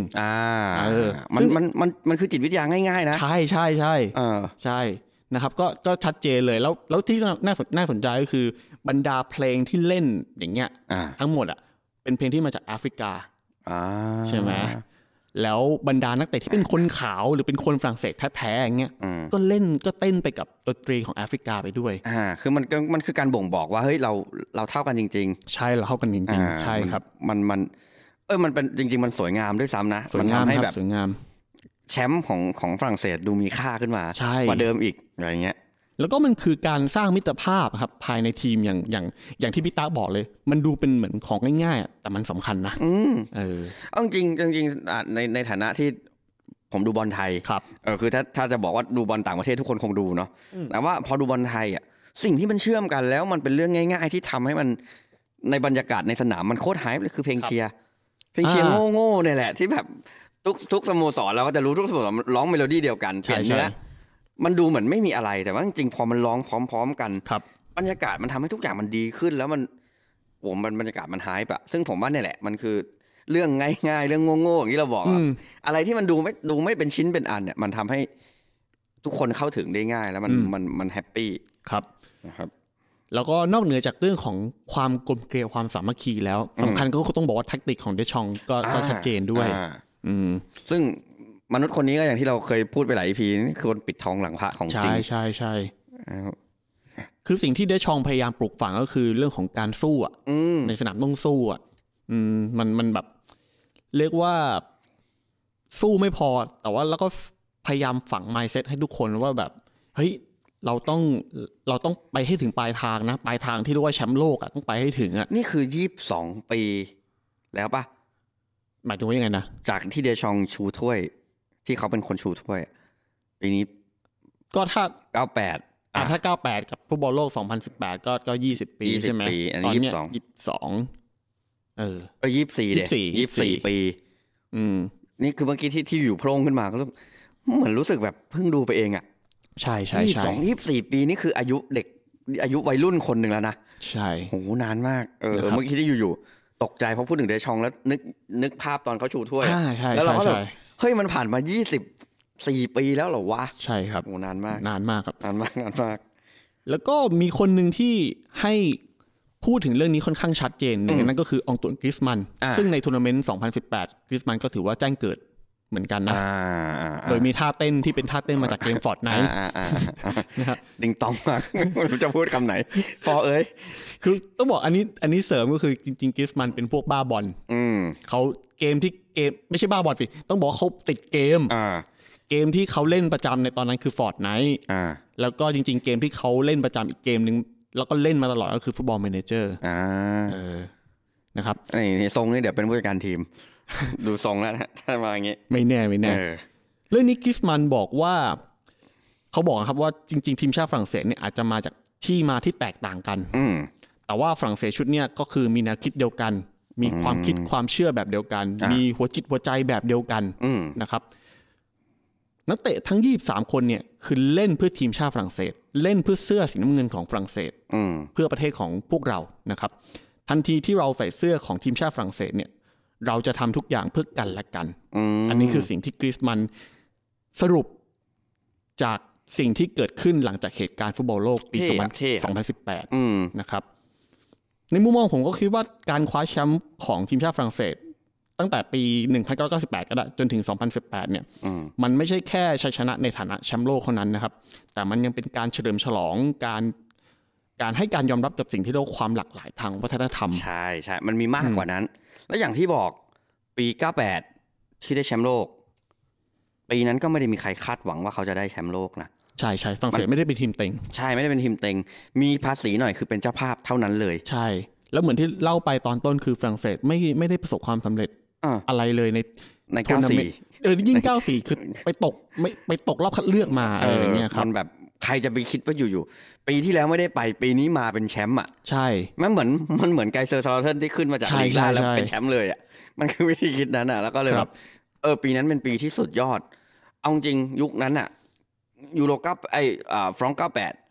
มันคือจิตวิทยาง่ายๆนะใช่ใช่นะครับก็ชัดเจนเลยแล้วที่น่าสนใจก็คือบรรดาเพลงที่เล่นอย่างเงี้ยทั้งหมดอ่ะเป็นเพลงที่มาจากแอฟริกาใช่ไหมแล้วบรรดานักเตะที่เป็นคนขาวหรือเป็นคนฝรั่งเศสแท้ๆอย่างเงี้ยก็เต้นไปกับดนตรีของแอฟริกาไปด้วยคือมันคือการบ่งบอกว่าเฮ้ยเราเท่ากันจริงๆใช่เราเท่ากันจริงๆใช่ครับมันเป็นจริงๆมันสวยงามด้วยซ้ำนะมันทำให้แบบสวยงามแชมป์ของฝรั่งเศสดูมีค่าขึ้นมากว่าเดิมอีกอะไรเงี้ยแล้วก็มันคือการสร้างมิตรภาพครับภายในทีมอย่างที่พี่ตาบอกเลยมันดูเป็นเหมือนของง่ายๆแต่มันสำคัญนะเอาจริงในฐานะที่ผมดูบอลไทยครับคือถ้าจะบอกว่าดูบอลต่างประเทศทุกคนคงดูเนาะแต่ว่าพอดูบอลไทยอ่ะสิ่งที่มันเชื่อมกันแล้วมันเป็นเรื่องง่ายๆที่ทำให้มันในบรรยากาศในสนามมันโคตรไฮป์เลยคือเพลงเชียร์โง่ๆเนี่ยแหละที่แบบทุกสโมสรเราก็จะรู้ทุกสโมสรร้องเมโลดี้เดียวกันเปลี่ยนเนื้อมันดูเหมือนไม่มีอะไรแต่ว่าจริงๆพอมันร้องพร้อมๆกันบรรยากาศมันทำให้ทุกอย่างมันดีขึ้นแล้วมันบรรยากาศมันไฮป์อะซึ่งผมว่าเนี่ยแหละมันคือเรื่องง่ายๆเรื่องโง่ๆอย่างที่เราบอกอะไรที่มันดูไม่เป็นชิ้นเป็นอันเนี่ยมันทำให้ทุกคนเข้าถึงได้ง่ายแล้วมันแฮปปี้ครับนะครับแล้วก็นอกเหนือจากเรื่องของความกลมเกลียวความสามัคคีแล้วสำคัญก็ต้องบอกว่าแทคติกของเดชองก็ชัดเจนด้วยซึ่งมนุษย์คนนี้ก็อย่างที่เราเคยพูดไปหลาย EP นี่คือคนปิดทองหลังพระของจริงใช่คือสิ่งที่เดชองพยายามปลูกฝังก็คือเรื่องของการสู้ในสนามต้องสู้มันแบบเรียกว่าสู้ไม่พอแต่ว่าแล้วก็พยายามฝัง mindset ให้ทุกคนว่าแบบเฮ้ยเราต้องไปให้ถึงปลายทางนะปลายทางที่เรียกว่าแชมป์โลกต้องไปให้ถึงนี่คือ22 ปีแล้วป่ะหมายถึงว่ายังไงนะจากที่เดชองชูถ้วยที่เขาเป็นคนชูถ้วยปีนี้ก็ถ้า 98 ถ้า98กับฟุตบอลโลก2018ก็20 ปีใช่ไหมอันนี้ 22 24เด้24 ปีนี่คือเมื่อกี้ที่อยู่โพร่งขึ้นมาก็เหมือนรู้สึกแบบเพิ่งดูไปเองอ่ะใช่ 24 ปีนี่คืออายุเด็กอายุวัยรุ่นคนหนึ่งแล้วนะใช่โหนานมากเมื่อกี้ที่อยู่ตกใจเพราะพูดถึงเดชองแล้วนึกภาพตอนเขาชูถ้วยแล้วเราก็แบบเฮ้ยมันผ่านมา24 ปีแล้วเหรอวะใช่ครับโหนานมากครับนานมากแล้วก็มีคนหนึ่งที่ให้พูดถึงเรื่องนี้ค่อนข้างชัดเจนหนึ่งนั่นก็คือองตวนกริซมันซึ่งในทัวร์นาเมนต์2018กริซมันก็ถือว่าแจ้งเกิดเหมือนกันนะโดยมีท่าเต้นที่เป็นท่าเต้นมาจากเกม Fortnite นะครับดิงตองมากไม่รู้จะพูดคำไหนพอคือต้องบอกอันนี้เสริมก็คือจริงๆกริซมันเป็นพวกบ้าบอลเขาเกมไม่ใช่บ้าบอลสิต้องบอกเขาติดเกมที่เขาเล่นประจำในตอนนั้นคือ Fortnite แล้วก็จริงๆเกมที่เขาเล่นประจำอีกเกมนึงแล้วก็เล่นมาตลอดก็คือฟุตบอลแมเนเจอร์นะครับนี่ทรงนี่เดี๋ยวเป็นผู้จัดการทีมดูทรงแล้วนะถ้ามาอย่างงี้ไม่แน่เรื่องนี้กริซมันบอกว่าเขาบอกครับว่าจริงๆทีมชาติฝรั่งเศสเนี่ยอาจจะมาจากที่มาที่แตกต่างกันแต่ว่าฝรั่งเศสชุดเนี้ยก็คือมีแนวคิดเดียวกันมีความคิดความเชื่อแบบเดียวกันมีหัวจิตหัวใจแบบเดียวกันนะครับนักเตะทั้ง23คนเนี่ยคือเล่นเพื่อทีมชาติฝรั่งเศสเล่นเพื่อเสื้อสีน้ำเงินของฝรั่งเศสเพื่อประเทศของพวกเรานะครับทันทีที่เราใส่เสื้อของทีมชาติฝรั่งเศสเนี่ยเราจะทำทุกอย่างเพื่อกันและกันอันนี้คือสิ่งที่กริซมันสรุปจากสิ่งที่เกิดขึ้นหลังจากเหตุการณ์ฟุตบอลโลกปี2018นะครับในมุมมองผมก็คิดว่าการคว้าแชมป์ของทีมชาติฝรั่งเศสตั้งแต่ปี1998ก็ได้จนถึง2018เนี่ยมันไม่ใช่แค่ชัยชนะในฐานะแชมป์โลกเท่านั้นนะครับแต่มันยังเป็นการเฉลิมฉลองการให้การยอมรับกับสิ่งที่เรียกว่าความหลากหลายทางวัฒนธรรมใช่มันมีมากกว่านั้นแล้วอย่างที่บอกปี98ที่ได้แชมป์โลกปีนั้นก็ไม่ได้มีใครคาดหวังว่าเขาจะได้แชมป์โลกนะใช่ฝรั่งเศสไม่ได้เป็นทีมเต็งใช่ไม่ได้เป็นทีมเต็งมีภาษีหน่อยคือเป็นเจ้าภาพเท่านั้นเลยใช่แล้วเหมือนที่เล่าไปตอนต้นคือฝรั่งเศสไม่ได้ประสบความสำเร็จอะไรเลยใน 94 ยิ่ง94คือไปตกรอบคัดเลือกมาอะไรอย่างเงี้ยครับมันแบบใครจะไปคิดว่าอยู่ปีที่แล้วไม่ได้ไปปีนี้มาเป็นแชมป์อ่ะใช่มันเหมือนไกเซอร์ซาลาเทนที่ขึ้นมาจากลีกแล้วเป็นแชมป์เลยอ่ะมันคือวิธีคิดนั้นอ่ะแล้วก็เลยแบบปีนั้นเป็นปีที่สุดยอดเอาจริงยุคนั้นอ่ะยูโรกับฟรองก์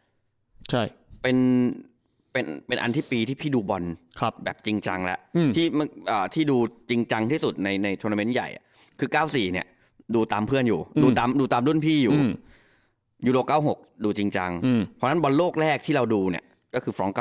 98 ใช่เป็นอันที่ปีที่พี่ดูบอลแบบจริงจังแล้วที่ดูจริงจังที่สุดในทัวร์นาเมนต์ใหญ่คือ94เนี่ยดูตามเพื่อนอยู่ดูตามรุ่นพี่อยู่ยูโร96ดูจริงจังเพราะนั้นบอลโลกแรกที่เราดูเนี่ยก็คือฟรองก์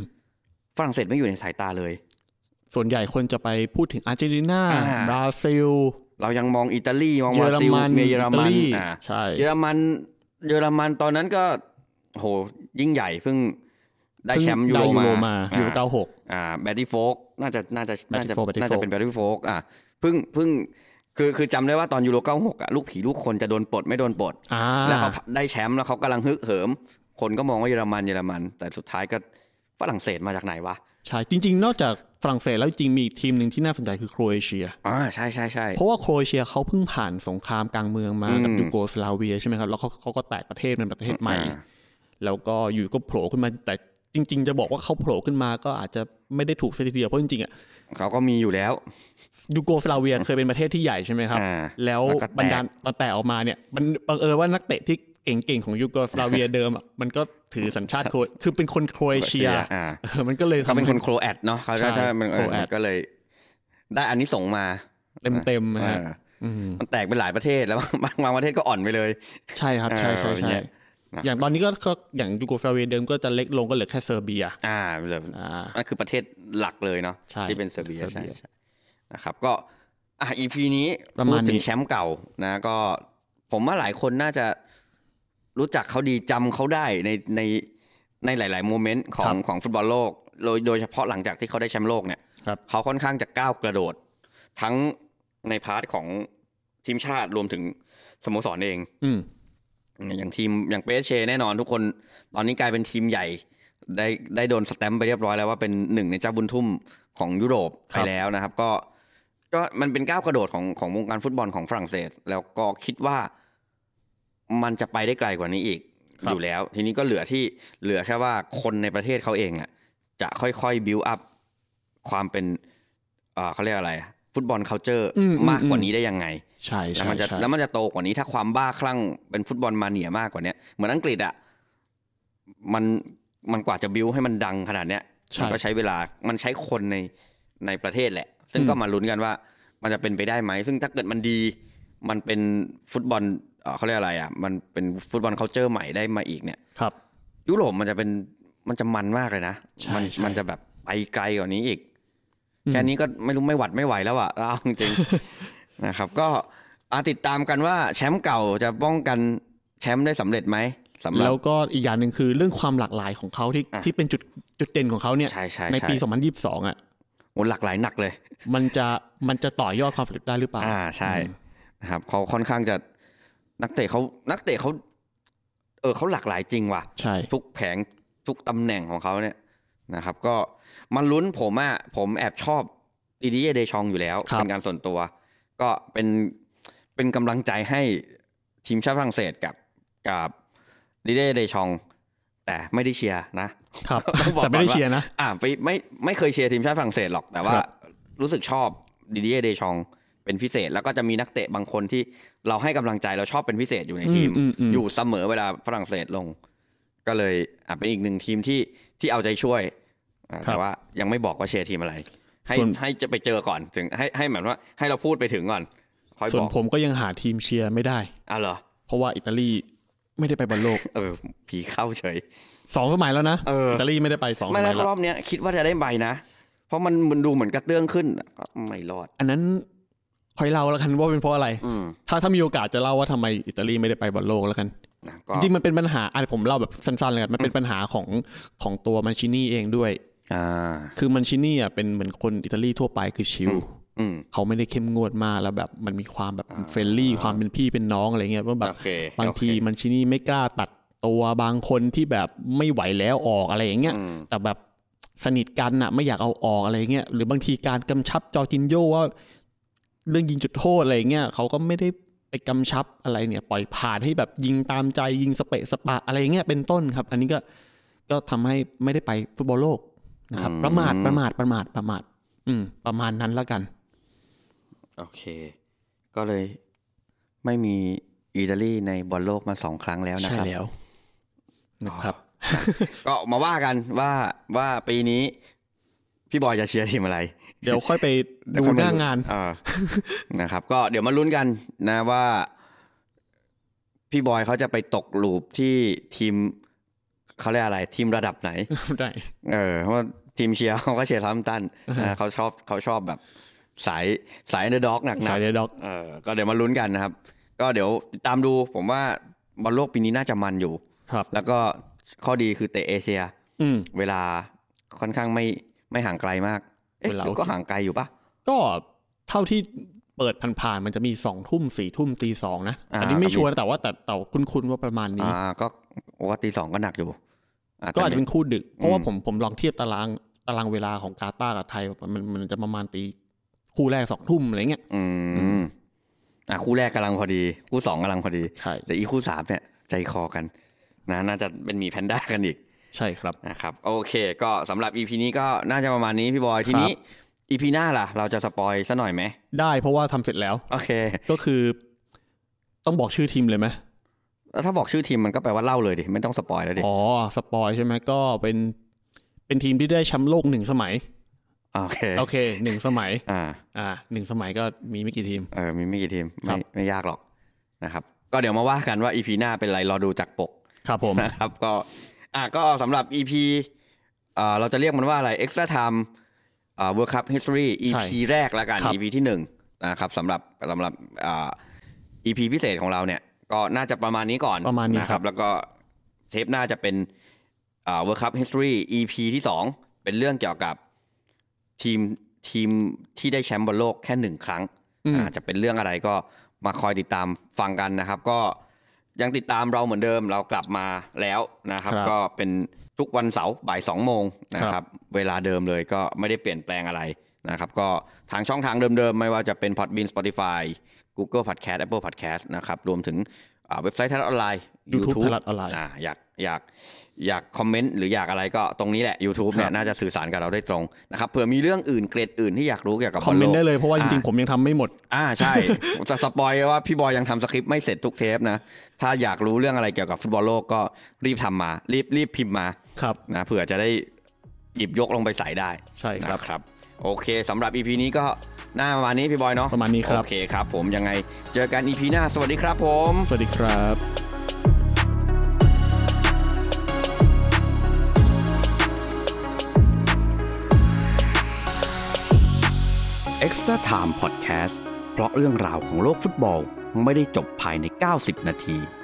98ฝรั่งเศสไม่อยู่ในสายตาเลยส่วนใหญ่คนจะไปพูดถึงอาร์เจนตินาบราซิลเรายังมองอิตาลีมองบราซิลเยอรมันใช่เยอรมันตอนนั้นก็โหยิ่งใหญ่เพิ่งได้แชมป์ยูโรมายูโร96 แบตตี้โฟกน่าจะเป็นแบตตี้โฟกเพิ่งคือจำได้ว่าตอนยูโร96ลูกผีลูกคนจะโดนปลดไม่โดนปลดแล้วเขาได้แชมป์แล้วเขากำลังฮึกเหิมคนก็มองว่าเยอรมันแต่สุดท้ายก็ฝรั่งเศสมาจากไหนวะใช่จริงๆนอกจากฝรั่งเศสแล้วจริงมีอีกทีมนึงที่น่าสนใจคือโครเอเชียใช่เพราะว่าโครเอเชียเขาเพิ่งผ่านสงครามกลางเมืองมากับยูโกสลาเวียใช่ไหมครับแล้วเขาก็แตกประเทศเป็นประเทศใหม่แล้วก็อยู่ก็โผล่ขึ้นมาแต่จริงๆจะบอกว่าเขาโผล่ขึ้นมาก็อาจจะไม่ได้ถูกเสียทีเดียวเพราะจริงๆอ่ะเขาก็มีอยู่แล้วยูโกสลาเวียเคยเป็นประเทศที่ใหญ่ใช่ไหมครับแล้วบรรดามาแตกออกมาเนี่ยมันบังเอิญว่านักเตะที่เก่งๆของยูโกสลาเวียเดิมอ่ะมันก็ถือสัญชาติคือเป็นคนโครเอเชียมันก็เลยเขาเป็นคนโครแอตเนาะเขาถ้ามันก็เลยได้อันนี้ส่งมาเต็มนะฮะมันแตกเป็นหลายประเทศแล้วบางประเทศก็อ่อนไปเลยใช่ครับใช่อย่างตอนนี้ก็อย่างยูโกสลาเวียเดิมก็จะเล็กลงก็เหลือแค่เซอร์เบียนั่นคือประเทศหลักเลยเนาะที่เป็นเซอร์เบียใช่นะครับก็EP นี้พูดถึงแชมป์เก่านะก็ผมว่าหลายคนน่าจะรู้จักเขาดีจำเขาได้ในหลายๆโมเมนต์ของฟุตบอลโลกโดยเฉพาะหลังจากที่เขาได้แชมป์โลกเนี่ยเขาค่อนข้างจะก้าวกระโดดทั้งในพาร์ทของทีมชาติรวมถึงสโมสรเองอย่างทีมอย่างเปเช่แน่นอนทุกคนตอนนี้กลายเป็นทีมใหญ่ได้โดนสแตมป์ไปเรียบร้อยแล้วว่าเป็นหนึ่งในเจ้าบุญทุ่มของยุโรปไปแล้วนะครับก็มันเป็นก้าวกระโดดของวงการฟุตบอลของฝรั่งเศสแล้วก็คิดว่ามันจะไปได้ไกลกว่านี้อีกอยู่แล้วทีนี้ก็เหลือแค่ว่าคนในประเทศเขาเองอ่ะจะค่อยๆ build up ความเป็นเขาเรียกอะไรฟุตบอล culture มากกว่านี้ได้ยังไงใช่แล้วมันจะโตกว่านี้ถ้าความบ้าคลั่งเป็นฟุตบอลมาเนียมากกว่านี้เหมือนอังกฤษอ่ะมันกว่าจะบิวให้มันดังขนาดเนี้ยมันก็ใช้เวลามันใช้คนในประเทศแหละซึ่งก็มาลุ้นกันว่ามันจะเป็นไปได้ไหมซึ่งถ้าเกิดมันดีมันเป็นฟุตบอลเขาเรียกอะไรอ่ะมันเป็นฟุตบอลคัลเจอร์ใหม่ได้มาอีกเนี่ยครับยุโรปมันจะมันมากเลยนะมันจะแบบไปไกลกว่านี้อีกแค่นี้ก็ไม่หวัดไม่ไหวแล้วอ่ะเอาจริงๆนะครับก็ติดตามกันว่าแชมป์เก่าจะป้องกันแชมป์ได้สำเร็จไหมแล้วก็อีกอย่างหนึ่งคือเรื่องความหลากหลายของเขาที่เป็นจุดเด่นของเขาเนี่ยในปี2022อ่ะโอ้หลากหลายหนักเลยมันจะต่อยอดความสำเร็จได้หรือเปล่าใช่นะครับเขาค่อนข้างจะนักเตะเขาเขาหลากหลายจริงว่ะทุกแผงทุกตำแหน่งของเขาเนี่ยนะครับก็มันลุ้นผมแอบชอบดิดิเย่เดชองอยู่แล้วเป็นการส่วนตัวก็เป็นกำลังใจให้ทีมชาติฝรั่งเศสกับดิดิเย่เดชองแต่ไม่ได้เชียร์นะครับแต่ไม่ได้เชียร์นะไม่เคยเชียร์ทีมชาติฝรั่งเศสหรอกแต่ว่ารู้สึกชอบดิดิเย่เดชองเป็นพิเศษแล้วก็จะมีนักเตะบางคนที่เราให้กำลังใจเราชอบเป็นพิเศษอยู่ในทีมอยู่เสมอเวลาฝรั่งเศสลงก็เลยเป็นอีกหนึ่งทีมที่เอาใจช่วยแต่ว่ายังไม่บอกว่าเชียร์ทีมอะไรให้จะไปเจอก่อนถึงให้เหมือนว่าให้เราพูดไปถึงก่อนส่วนผมก็ยังหาทีมเชียร์ไม่ได้เหรอเพราะว่าอิตาลีไม่ได้ไปบอลโลกผีเข้าเฉย 2 สมัยแล้วนะอิตาลีไม่ได้ไป2 สมัยแล้วรอบนี้คิดว่าจะได้ใบนะเพราะมันดูเหมือนกระเตื้องขึ้นไม่รอดอันนั้นค่อยเล่าแล้วกันว่าเป็นเพราะอะไรถ้ามีโอกาสจะเล่าว่าทำไมอิตาลีไม่ได้ไปบอลโลกแล้วกันจริงๆมันเป็นปัญหาผมเล่าแบบสั้นๆเลยมันเป็นปัญหาของตัวมันชินี่เองด้วยคือมันชินี่เป็นเหมือนคนอิตาลีทั่วไปคือชิลเขาไม่ได้เข้มงวดมากแล้วแบบมันมีความแบบเฟรนลี่ความเป็นพี่เป็นน้องอะไรเงี้ยว่าแบบบางทีมันชินี่ไม่กล้าตัดตัวบางคนที่แบบไม่ไหวแล้วออกอะไรอย่างเงี้ยแต่แบบสนิทกันน่ะไม่อยากเอาออกอะไรเงี้ยหรือบางทีการกำชับจอร์จินโญ่ว่าเรื่องยิงจุดโทษอะไรเงี้ยเขาก็ไม่ได้ไปกำชับอะไรเนี่ยปล่อยผ่านให้แบบยิงตามใจยิงสเปะสปะอะไรเงี้ยเป็นต้นครับอันนี้ก็ทำให้ไม่ได้ไปฟุตบอลโลกนะครับประมาทประมาณนั้นแล้วกันโอเคก็เลยไม่มีอิตาลีในบอลโลกมา2 ครั้งแล้วนะครับใช่แล้วนะครับก็มาว่ากันว่าปีนี้พี่บอยจะเชียร์ทีมอะไรเดี๋ยวค่อยไปดูหน้างานนะครับก็เดี๋ยวมาลุ้นกันนะว่าพี่บอยเขาจะไปตกหลูปที่ทีมเขาเรียกอะไรทีมระดับไหนได้เพราะทีมเชียร์เขาก็เชียร์ซัมตันเขาชอบแบบสายอันเดอร์ด็อกหนักๆสายอันเดอร์ด็อกก็เดี๋ยวมาลุ้นกันนะครับก็เดี๋ยวตามดูผมว่าบอลโลกปีนี้น่าจะมันอยู่แล้วก็ข้อดีคือเตะเอเชียเวลาค่อนข้างไม่ห่างไกลมากก็ห่างไกลอยู่ปะก็เท่าที่เปิดผ่านๆมันจะมี20 ทุ่ม4 ทุ่มตี 2นะอันนี้ไม่ชัวร์แต่ว่าแต่คุ้นๆว่าประมาณนี้ก็ว่าตี 2ก็หนักอยู่ก็อาจจะเป็นคู่ดึกเพราะว่าผมลองเทียบตารางเวลาของกาตาร์กับไทยมันจะประมาณตีคู่แรก2 ทุ่มอะไรเงี้ยคู่แรกกำลังพอดีคู่2กำลังพอดีใช่แต่อีคู่3เนี่ยใจคอกันนะน่าจะเป็นมีแพนด้ากันอีกใช่ครับนะครับโอเคก็สำหรับ EP นี้ก็น่าจะประมาณนี้พี่บอยทีนี้ EP หน้าล่ะเราจะสปอยซะหน่อยไหมได้เพราะว่าทำเสร็จแล้วโอเคก็คือต้องบอกชื่อทีมเลยไหมถ้าบอกชื่อทีมมันก็แปลว่าเล่าเลยดิไม่ต้องสปอยแล้วดิสปอยใช่ไหมก็เป็นทีมที่ได้แชมป์โลก1 สมัยโอเค 1 สมัย1 สมัยก็มีไม่กี่ทีมมีไม่กี่ทีมไม่ยากหรอกนะครับก็เดี๋ยวมาว่ากันว่า EP หน้าเป็นไรรอดูจากปกครับผมนะครับก็สำหรับ EP เราจะเรียกมันว่าอะไร Extra Time World Cup History EP แรกละกัน EP ที่1นะครับสำหรับEP พิเศษของเราเนี่ยก็น่าจะประมาณนี้ก่อนนะครับแล้วก็เทปหน้าจะเป็นWorld Cup History EP ที่2เป็นเรื่องเกี่ยวกับทีมที่ได้แชมป์บอลโลกแค่1 ครั้งจะเป็นเรื่องอะไรก็มาคอยติดตามฟังกันนะครับก็ยังติดตามเราเหมือนเดิมเรากลับมาแล้วนะครับก็เป็นทุกวันเสาร์บ่าย 2 โมงนะครับเวลาเดิมเลยก็ไม่ได้เปลี่ยนแปลงอะไรนะครับก็ทางช่องทางเดิมๆไม่ว่าจะเป็น Podbean Spotify Google Podcast Apple Podcast นะครับรวมถึงเว็บไซต์ไทยรัฐออนไลน์ YouTube ไทยรัฐออนไลน์อยากคอมเมนต์หรืออยากอะไรก็ตรงนี้แหละ YouTube เนี่ยน่าจะสื่อสารกับเราได้ตรงนะครับเผื่อมีเรื่องอื่นเกรดอื่นที่อยากรู้เกี่ยวกับบอลโลกคอมเมนต์ได้เลยเพราะว่าจริงๆผมยังทำไม่หมดใช่จะสปอยว่าพี่บอยยังทำสคริปต์ไม่เสร็จทุกเทปนะถ้าอยากรู้เรื่องอะไรเกี่ยวกับฟุตบอลโลกก็รีบทำมารีบพิมพ์มานะเผื่อจะได้หยิบยกลงไปใส่ได้ใช่ครับโอเคสำหรับ EP นี้ก็หน้าประมาณนี้พี่บอยเนาะประมาณนี้ครับโอเคครับผมยังไงเจอกัน EP หน้าสวัสดีครับผมสวัสดีครับ Extra Time Podcast เพราะเรื่องราวของโลกฟุตบอลไม่ได้จบภายใน90 นาที